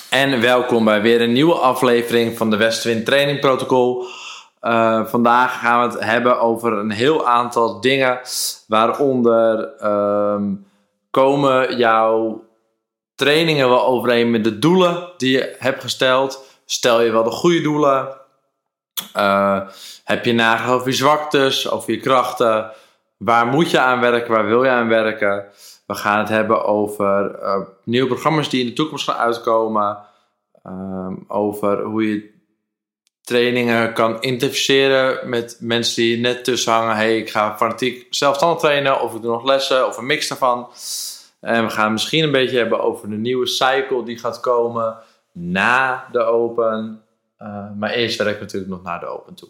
En welkom bij weer een nieuwe aflevering van de Westwind Training Protocol. Vandaag gaan we het hebben over een heel aantal dingen, waaronder komen jouw trainingen wel overeen met de doelen die je hebt gesteld? Stel je wel de goede doelen? Heb je nagedacht over je zwaktes, over je krachten? Waar moet je aan werken? Waar wil je aan werken? We gaan het hebben over nieuwe programma's die in de toekomst gaan uitkomen. Over hoe je trainingen kan identificeren met mensen die net tussen hangen. Hey, ik ga fanatiek zelfstandig trainen, of ik doe nog lessen, of een mix daarvan. En we gaan misschien een beetje hebben over de nieuwe cycle die gaat komen na de Open. Maar eerst werk ik natuurlijk nog naar de Open toe.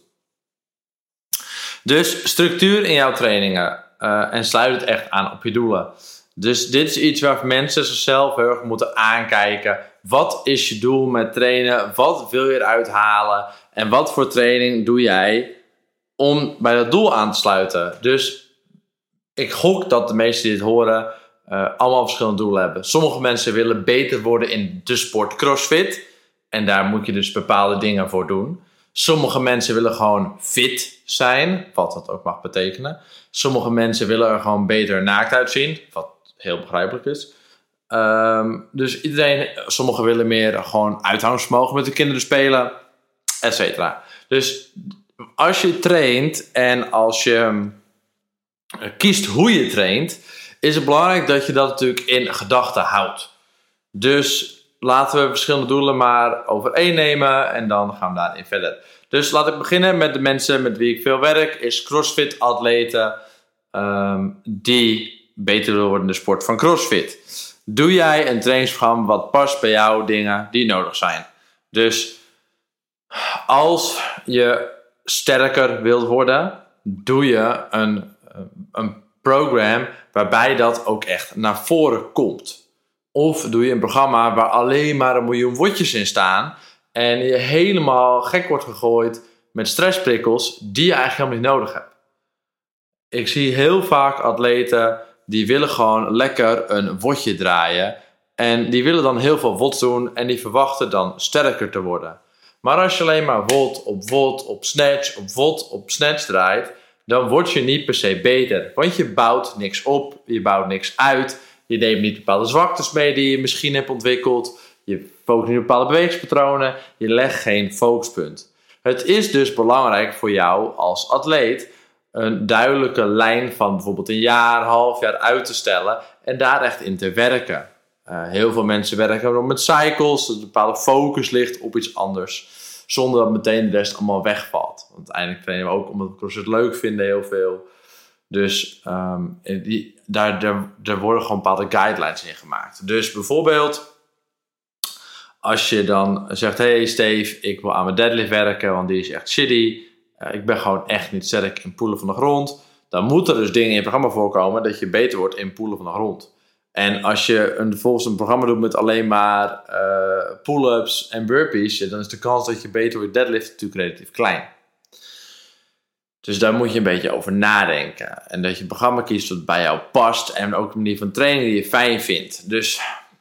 Dus structuur in jouw trainingen. En sluit het echt aan op je doelen. Dus dit is iets waar mensen zichzelf heel erg moeten aankijken. Wat is je doel met trainen? Wat wil je eruit halen? En wat voor training doe jij om bij dat doel aan te sluiten? Dus ik gok dat de meesten die dit horen allemaal verschillende doelen hebben. Sommige mensen willen beter worden in de sport CrossFit. En daar moet je dus bepaalde dingen voor doen. Sommige mensen willen gewoon fit zijn, wat dat ook mag betekenen. Sommige mensen willen er gewoon beter naakt uitzien, wat heel begrijpelijk is. Dus sommigen willen meer gewoon uithoudingsvermogen met de kinderen spelen, et cetera. Dus als je traint en als je kiest hoe je traint, is het belangrijk dat je dat natuurlijk in gedachten houdt. Dus laten we verschillende doelen maar overeennemen en dan gaan we daarin verder. Dus laat ik beginnen met de mensen met wie ik veel werk, is CrossFit-atleten die beter willen worden in de sport van CrossFit. Doe jij een trainingsprogramma wat past bij jouw dingen die nodig zijn? Dus als je sterker wilt worden, doe je een program waarbij dat ook echt naar voren komt. Of doe je een programma waar alleen maar 1 miljoen woordjes in staan en je helemaal gek wordt gegooid met stressprikkels die je eigenlijk helemaal niet nodig hebt. Ik zie heel vaak atleten die willen gewoon lekker een wodje draaien en die willen dan heel veel wods doen en die verwachten dan sterker te worden. Maar als je alleen maar wod op wod op snatch op wod op snatch draait, dan word je niet per se beter. Want je bouwt niks op, je bouwt niks uit. Je neemt niet bepaalde zwaktes mee die je misschien hebt ontwikkeld. Je focust niet op bepaalde bewegingspatronen. Je legt geen focuspunt. Het is dus belangrijk voor jou als atleet een duidelijke lijn van bijvoorbeeld 1 jaar, half jaar uit te stellen en daar echt in te werken. Heel veel mensen werken met cycles, dat een bepaalde focus ligt op iets anders, zonder dat meteen de rest allemaal wegvalt. Want uiteindelijk trainen we ook omdat we CrossFit leuk vinden heel veel. Dus daar worden gewoon bepaalde guidelines in gemaakt. Dus bijvoorbeeld, als je dan zegt, hey Steve, ik wil aan mijn deadlift werken, want die is echt shitty. Ik ben gewoon echt niet sterk in poelen van de grond. Dan moeten er dus dingen in je programma voorkomen dat je beter wordt in poelen van de grond. En als je vervolgens een programma doet met alleen maar pull-ups en burpees, dan is de kans dat je beter wordt deadlift natuurlijk relatief klein. Dus daar moet je een beetje over nadenken. En dat je een programma kiest dat bij jou past. En ook een manier van training die je fijn vindt. Dus,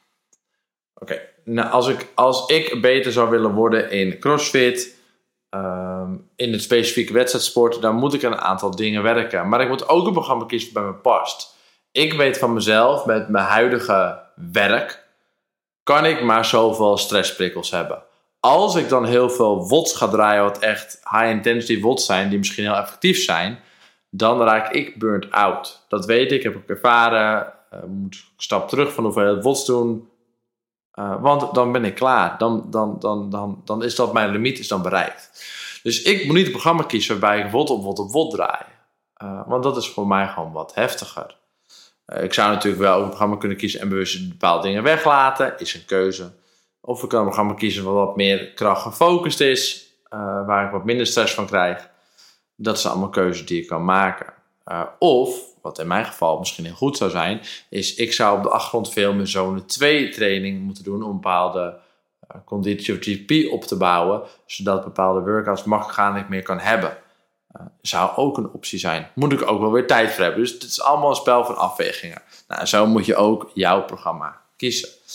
nou, als ik beter zou willen worden in CrossFit, in het specifieke wedstrijdsport, dan moet ik aan een aantal dingen werken. Maar ik moet ook een programma kiezen dat bij me past. Ik weet van mezelf, met mijn huidige werk, kan ik maar zoveel stressprikkels hebben. Als ik dan heel veel WODs ga draaien, wat echt high-intensity WODs zijn, die misschien heel effectief zijn, dan raak ik burnt out. Dat weet ik, heb ik ervaren. Moet een stap terug van hoeveel WODs doen. Want dan ben ik klaar. Dan is dat mijn limiet is dan bereikt. Dus ik moet niet een programma kiezen waarbij ik WOD op WOD op WOD draai. Want dat is voor mij gewoon wat heftiger. Ik zou natuurlijk wel een programma kunnen kiezen en bewust bepaalde dingen weglaten. Is een keuze. Of ik kan een programma kiezen wat meer kracht gefocust is. Waar ik wat minder stress van krijg. Dat zijn allemaal keuzes die je kan maken. Of, wat in mijn geval misschien heel goed zou zijn, is ik zou op de achtergrond veel meer zone 2 training moeten doen om een bepaalde conditie of GP op te bouwen, zodat bepaalde workouts makkelijk gaan ik meer kan hebben. Zou ook een optie zijn. Moet ik ook wel weer tijd voor hebben. Dus het is allemaal een spel van afwegingen. Nou, zo moet je ook jouw programma kiezen.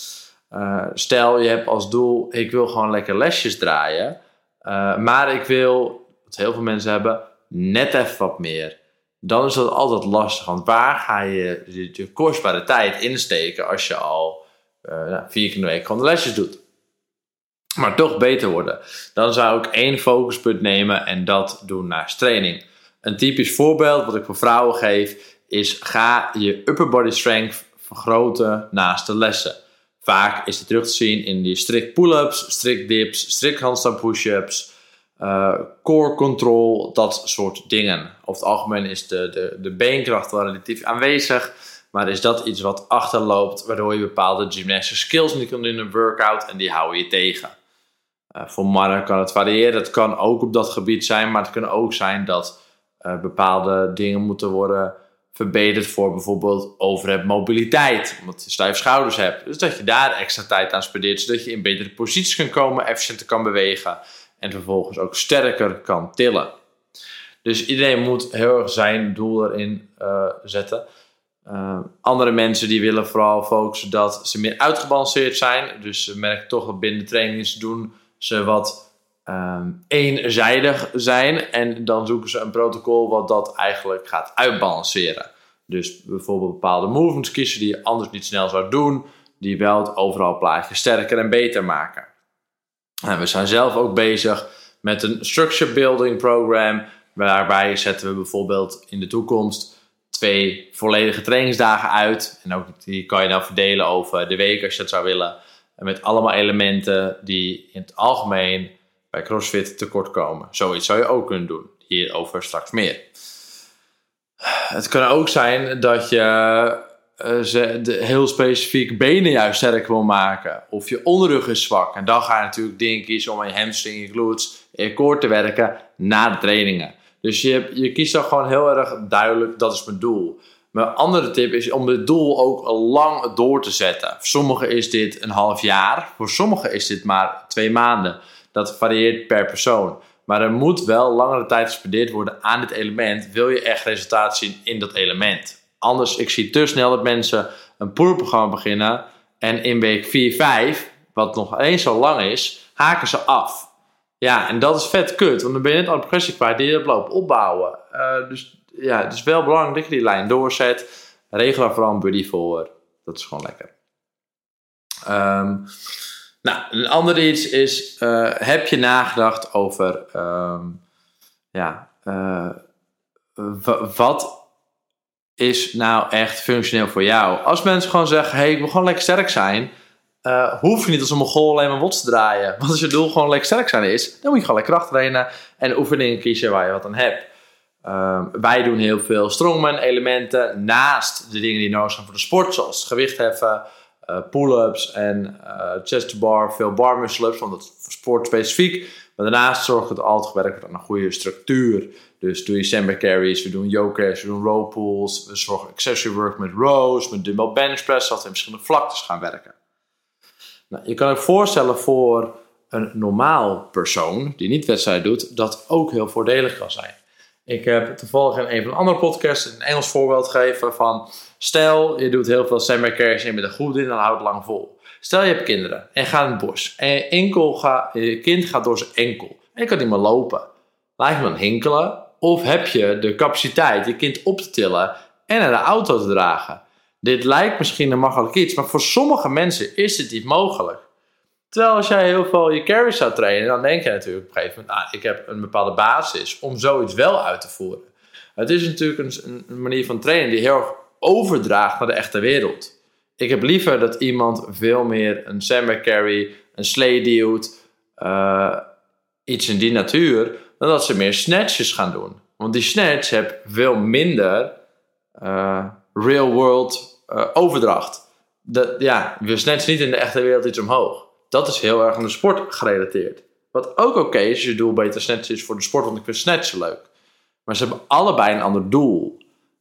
Stel je hebt als doel, ik wil gewoon lekker lesjes draaien. Maar ik wil, wat heel veel mensen hebben, net even wat meer. Dan is dat altijd lastig. Want waar ga je kostbare tijd insteken als je al 4 keer in de week gewoon de lesjes doet? Maar toch beter worden. Dan zou ik 1 focuspunt nemen en dat doen naast training. Een typisch voorbeeld wat ik voor vrouwen geef is: ga je upper body strength vergroten naast de lessen. Vaak is het terug te zien in die strict pull-ups, strict dips, strict handstand push-ups, core control, dat soort dingen. Over het algemeen is de beenkracht wel relatief aanwezig, maar is dat iets wat achterloopt, waardoor je bepaalde gymnastische skills niet kan doen in een workout en die houden je tegen. Voor mannen kan het variëren, het kan ook op dat gebied zijn, maar het kan ook zijn dat bepaalde dingen moeten worden verbeterd voor bijvoorbeeld overhead mobiliteit, omdat je stijve schouders hebt. Dus dat je daar extra tijd aan spendeert, zodat je in betere posities kan komen, efficiënter kan bewegen en vervolgens ook sterker kan tillen. Dus iedereen moet heel erg zijn doel erin zetten. Andere mensen die willen vooral focussen dat ze meer uitgebalanceerd zijn. Dus ze merken toch dat binnen de trainingen doen ze wat eenzijdig zijn. En dan zoeken ze een protocol wat dat eigenlijk gaat uitbalanceren. Dus bijvoorbeeld bepaalde movements kiezen die je anders niet snel zou doen. Die wel het overal plaatje sterker en beter maken. En we zijn zelf ook bezig met een structure building program. Waarbij zetten we bijvoorbeeld in de toekomst 2 volledige trainingsdagen uit. En ook die kan je dan verdelen over de week als je dat zou willen. En met allemaal elementen die in het algemeen bij CrossFit tekort komen. Zoiets zou je ook kunnen doen. Hierover straks meer. Het kan ook zijn dat je heel specifiek benen juist sterk wil maken. Of je onderrug is zwak. En dan ga je natuurlijk dingen kiezen om aan je hamstring, je glutes en je core te werken na de trainingen. Dus je kiest dan gewoon heel erg duidelijk, dat is mijn doel. Mijn andere tip is om het doel ook lang door te zetten. Voor sommigen is dit een half jaar. Voor sommigen is dit maar 2 maanden. Dat varieert per persoon. Maar er moet wel langere tijd gespendeerd worden aan dit element. Wil je echt resultaat zien in dat element. Anders, ik zie te snel dat mensen een pull-up-programma beginnen. En in week 4, 5, wat nog eens zo lang is, haken ze af. Ja, en dat is vet kut. Want dan ben je net al de progressie kwijt die je hebt lopen opbouwen. Dus ja, het is wel belangrijk dat je die lijn doorzet. Regel daar vooral een buddy voor. Dat is gewoon lekker. Een ander iets is, heb je nagedacht over wat is nou echt functioneel voor jou? Als mensen gewoon zeggen, hey, ik wil gewoon lekker sterk zijn, hoef je niet als een Mongool alleen maar watts te draaien. Want als je doel gewoon lekker sterk zijn is, dan moet je gewoon lekker kracht trainen en oefeningen kiezen waar je wat aan hebt. Wij doen heel veel strongman elementen naast de dingen die nodig zijn voor de sport, zoals gewichtheffen, pull-ups en chest to bar, veel bar muscle-ups, want dat is voor sport specifiek. Maar daarnaast zorgt het altijd gewerkt wordt aan een goede structuur. Dus doe je sandbag carries, we doen yokers, we doen row pulls, we zorgen accessory work met rows, met dumbbell bench press, zodat we in verschillende vlaktes gaan werken. Nou, je kan je voorstellen voor een normaal persoon die niet wedstrijd doet, dat ook heel voordelig kan zijn. Ik heb toevallig in een van de andere podcasts een Engels voorbeeld gegeven van, stel je doet heel veel sandbag carries en je bent er goed in, dan houdt het lang vol. Stel je hebt kinderen en je gaat in het bos en je kind gaat door zijn enkel en je kan niet meer lopen. Laat je hem dan hinkelen of heb je de capaciteit je kind op te tillen en naar de auto te dragen? Dit lijkt misschien een makkelijk iets, maar voor sommige mensen is dit niet mogelijk. Terwijl als jij heel veel je carries zou trainen, dan denk je natuurlijk op een gegeven moment, ik heb een bepaalde basis om zoiets wel uit te voeren. Het is natuurlijk een manier van trainen die heel erg overdraagt naar de echte wereld. Ik heb liever dat iemand veel meer een sandbag carry, een sleigh doet, iets in die natuur, dan dat ze meer snatches gaan doen. Want die snatch heeft veel minder real world overdracht. We snatchen niet in de echte wereld iets omhoog. Dat is heel erg aan de sport gerelateerd. Wat ook oké is, als je doel beter snatchen is voor de sport, want ik vind snatchen leuk. Maar ze hebben allebei een ander doel.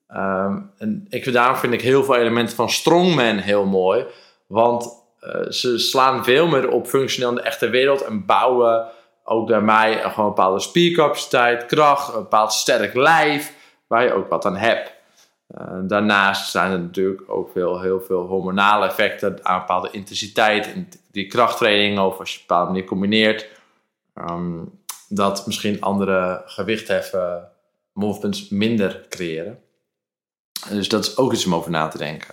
Daarom vind ik heel veel elementen van strongman heel mooi. Want ze slaan veel meer op functioneel in de echte wereld en bouwen ook daarmee gewoon een bepaalde spiercapaciteit, kracht, een bepaald sterk lijf, waar je ook wat aan hebt. Daarnaast zijn er natuurlijk ook heel veel hormonale effecten aan bepaalde intensiteit en die krachttraining, of als je op een bepaalde manier combineert, dat misschien andere gewichtheffen movements minder creëren. Dus dat is ook iets om over na te denken.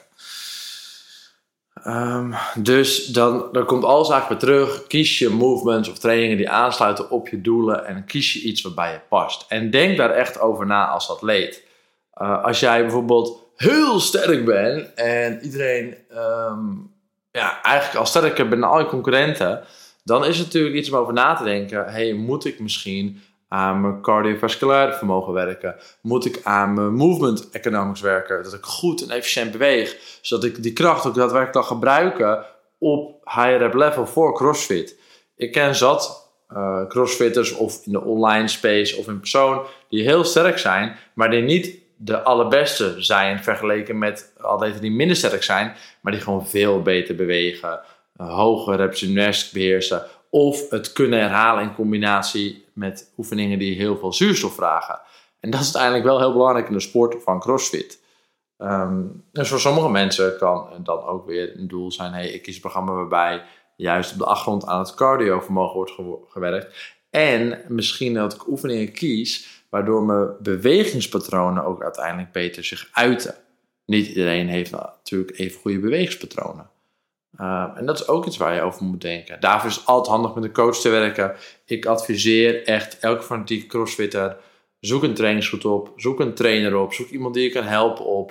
Dus dan komt alles eigenlijk weer terug. Kies je movements of trainingen die aansluiten op je doelen en kies je iets wat bij je past. En denk daar echt over na als atleet. Als jij bijvoorbeeld heel sterk bent en iedereen eigenlijk al sterker bent dan al je concurrenten, dan is het natuurlijk iets om over na te denken. Moet ik misschien aan mijn cardiovasculaire vermogen werken? Moet ik aan mijn movement economics werken? Dat ik goed en efficiënt beweeg, zodat ik die kracht ook daadwerkelijk kan gebruiken op high rep level voor CrossFit. Ik ken zat CrossFitters of in de online space of in persoon die heel sterk zijn, maar die niet de allerbeste zijn vergeleken met atleten die minder sterk zijn, maar die gewoon veel beter bewegen, hoge repetitie beheersen of het kunnen herhalen in combinatie met oefeningen die heel veel zuurstof vragen. En dat is uiteindelijk wel heel belangrijk in de sport van CrossFit. Dus voor sommige mensen kan dan ook weer een doel zijn, ik kies een programma waarbij juist op de achtergrond aan het cardiovermogen wordt gewerkt. En misschien dat ik oefeningen kies waardoor mijn bewegingspatronen ook uiteindelijk beter zich uiten. Niet iedereen heeft natuurlijk even goede bewegingspatronen. En dat is ook iets waar je over moet denken. Daarvoor is het altijd handig met een coach te werken. Ik adviseer echt elke fanatieke crossfitter: zoek een trainingsgroep op, zoek een trainer op, zoek iemand die je kan helpen op.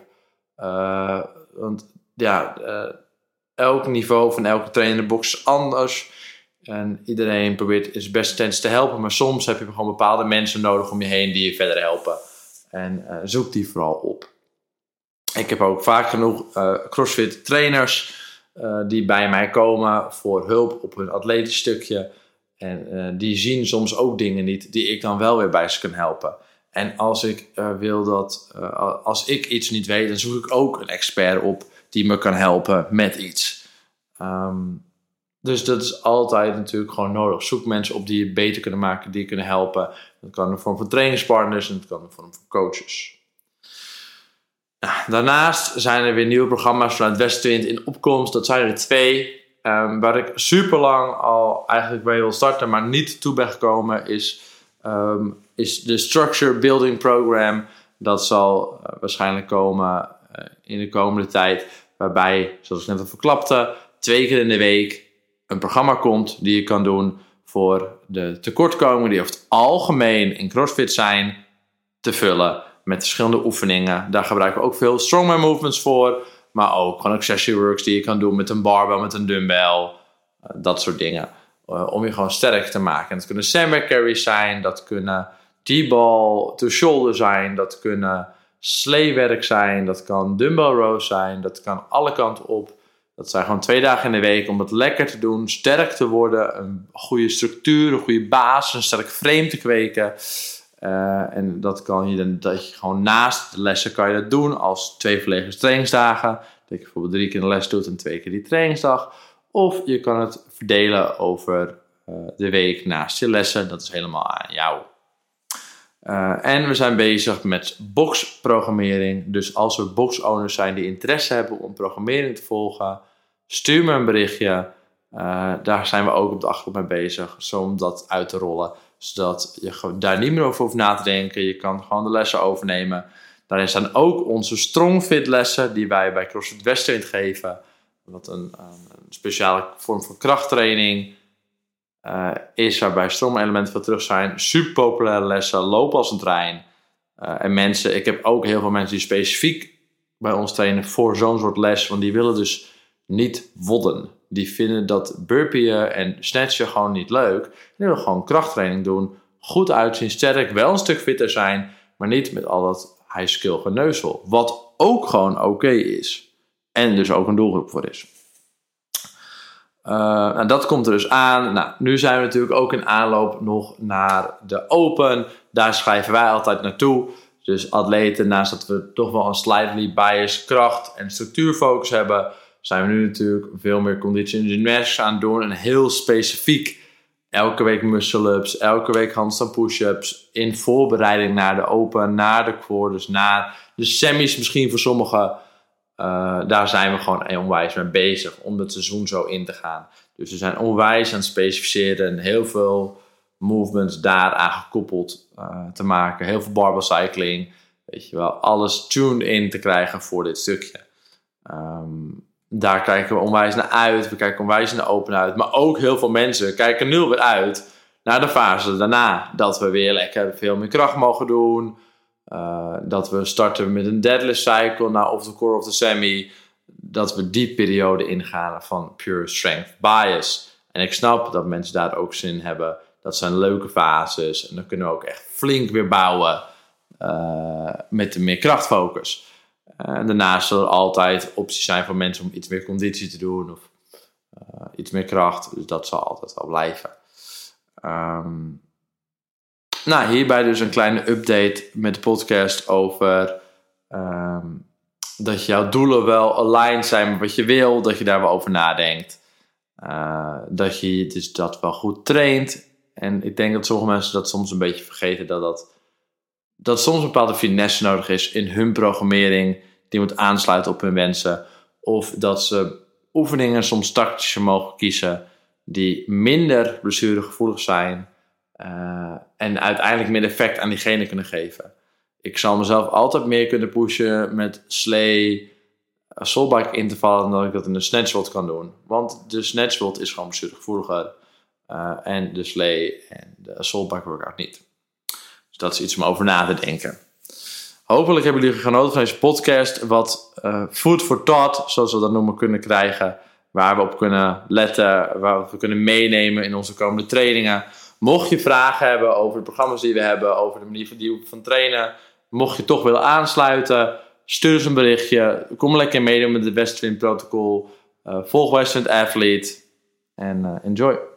Elk niveau van elke trainerbox is anders. En iedereen probeert zijn beste te helpen. Maar soms heb je gewoon bepaalde mensen nodig om je heen die je verder helpen. En zoek die vooral op. Ik heb ook vaak genoeg CrossFit trainers die bij mij komen voor hulp op hun atletisch stukje. En die zien soms ook dingen niet die ik dan wel weer bij ze kan helpen. En als ik als ik iets niet weet, dan zoek ik ook een expert op die me kan helpen met iets. Dus dat is altijd natuurlijk gewoon nodig. Zoek mensen op die je beter kunnen maken, die je kunnen helpen. Dat kan in de vorm van trainingspartners en dat kan in de vorm van coaches. Daarnaast zijn er weer nieuwe programma's vanuit Westwind in opkomst. Dat zijn er 2. Waar ik super lang al eigenlijk bij wil starten, maar niet toe ben gekomen, is de Structure Building Program. Dat zal waarschijnlijk komen in de komende tijd. Waarbij, zoals ik net al verklapte, 2 keer in de week een programma komt die je kan doen voor de tekortkomingen die over het algemeen in CrossFit zijn te vullen met verschillende oefeningen. Daar gebruiken we ook veel strongman movements voor, maar ook gewoon accessory works die je kan doen met een barbell, met een dumbbell, dat soort dingen. Om je gewoon sterk te maken. En dat kunnen sandbag carries zijn, dat kunnen D-ball to shoulder zijn, dat kunnen sleewerk zijn, dat kan dumbbell rows zijn, dat kan alle kanten op. Dat zijn gewoon 2 dagen in de week om het lekker te doen, sterk te worden, een goede structuur, een goede basis, een sterk frame te kweken. En dat kan je dan, dat je gewoon naast de lessen kan je dat doen als 2 volledige trainingsdagen. Dat je bijvoorbeeld 3 keer de les doet en 2 keer die trainingsdag. Of je kan het verdelen over de week naast je lessen. Dat is helemaal aan jou. En we zijn bezig met boxprogrammering. Dus als er boxowners zijn die interesse hebben om programmering te volgen, stuur me een berichtje. Daar zijn we ook op de achtergrond mee bezig, om dat uit te rollen. Zodat je daar niet meer over hoeft na te denken. Je kan gewoon de lessen overnemen. Daarin staan ook onze StrongFit lessen die wij bij CrossFit Westwind geven. Wat een speciale vorm van krachttraining is, waarbij strong-elementen veel terug zijn. Super populaire lessen, lopen als een trein. En mensen, ik heb ook heel veel mensen die specifiek bij ons trainen voor zo'n soort les. Want die willen dus niet wodden. Die vinden dat burpeeën en snatchen gewoon niet leuk. Die willen gewoon krachttraining doen. Goed uitzien, sterk, wel een stuk fitter zijn. Maar niet met al dat high skill geneuzel. Wat ook gewoon oké is. En dus ook een doelgroep voor is. Dat komt er dus aan. Nu zijn we natuurlijk ook in aanloop nog naar de Open. Daar schrijven wij altijd naartoe. Dus atleten, naast dat we toch wel een slightly biased kracht- en structuurfocus hebben, zijn we nu natuurlijk veel meer condition gymnastics aan het doen. En heel specifiek elke week muscle-ups, elke week handstand push-ups. In voorbereiding naar de open, naar de quarters, naar de semis misschien voor sommigen. Daar zijn we gewoon onwijs mee bezig om het seizoen zo in te gaan. Dus we zijn onwijs aan het specificeren en heel veel movements daaraan gekoppeld te maken. Heel veel barbell cycling. Weet je wel, alles tuned in te krijgen voor dit stukje. Daar kijken we onwijs naar uit. We kijken onwijs naar open uit. Maar ook heel veel mensen kijken nu weer uit naar de fase daarna. Dat we weer lekker veel meer kracht mogen doen. Dat we starten met een deadlift cycle naar of de core of de semi. Dat we die periode ingaan van pure strength bias. En ik snap dat mensen daar ook zin in hebben. Dat zijn leuke fases. En dan kunnen we ook echt flink weer bouwen met de meer krachtfocus. En daarnaast zullen er altijd opties zijn voor mensen om iets meer conditie te doen. Of iets meer kracht. Dus dat zal altijd wel blijven. Hierbij dus een kleine update met de podcast over dat jouw doelen wel aligned zijn met wat je wil. Dat je daar wel over nadenkt. Dat je dus dat wel goed traint. En ik denk dat sommige mensen dat soms een beetje vergeten. Dat soms een bepaalde finesse nodig is in hun programmering. Die moet aansluiten op hun wensen. Of dat ze oefeningen soms tactischer mogen kiezen. Die minder blessuregevoelig zijn. En uiteindelijk meer effect aan diegene kunnen geven. Ik zal mezelf altijd meer kunnen pushen met slee, soulbike intervallen dan dat ik dat in de snatchworld kan doen. Want de snatchworld is gewoon blessuregevoeliger. En de slee en de soulbike workout niet. Dus dat is iets om over na te denken. Hopelijk hebben jullie genoten van deze podcast. Wat food for thought, zoals we dat noemen, kunnen krijgen. Waar we op kunnen letten. Waar we kunnen meenemen in onze komende trainingen. Mocht je vragen hebben over de programma's die we hebben. Over de manier van trainen. Mocht je toch willen aansluiten. Stuur eens een berichtje. Kom lekker meedoen met het Westwind protocol. Volg Westwind Athlete. En enjoy.